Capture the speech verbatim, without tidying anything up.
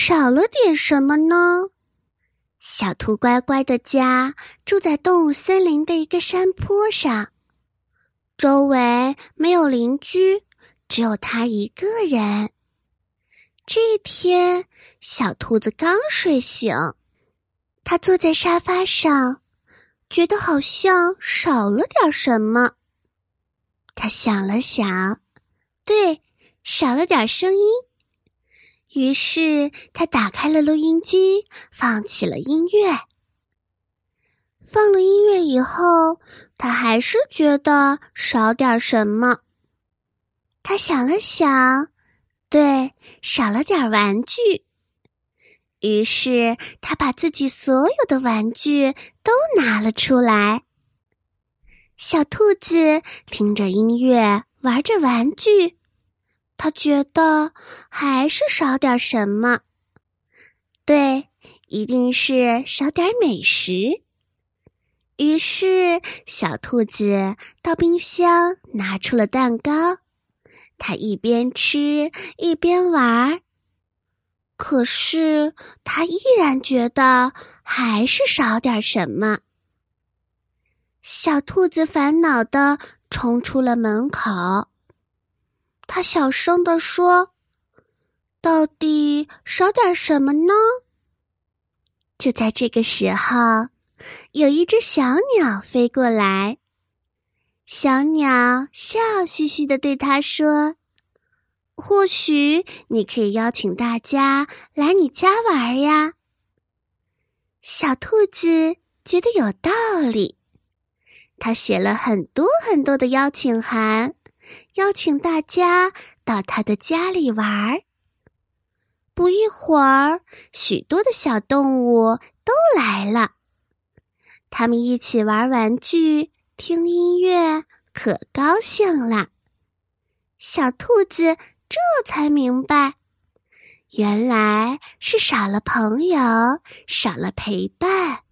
少了点什么呢？小兔乖乖的家住在动物森林的一个山坡上，周围没有邻居，只有它一个人。这一天，小兔子刚睡醒，它坐在沙发上，觉得好像少了点什么。它想了想，对，少了点声音。于是他打开了录音机，放起了音乐。放了音乐以后，他还是觉得少点什么。他想了想，对，少了点玩具。于是他把自己所有的玩具都拿了出来。小兔子听着音乐，玩着玩具。他觉得还是少点什么，对，一定是少点美食。于是，小兔子到冰箱拿出了蛋糕，它一边吃一边玩。可是，它依然觉得还是少点什么。小兔子烦恼地冲出了门口。他小声地说：“到底少点什么呢？”就在这个时候，有一只小鸟飞过来。小鸟笑嘻嘻地对他说：“或许你可以邀请大家来你家玩呀。”小兔子觉得有道理，他写了很多很多的邀请函，邀请大家到他的家里玩。不一会儿，许多的小动物都来了，他们一起玩玩具，听音乐，可高兴了。小兔子这才明白，原来是少了朋友，少了陪伴，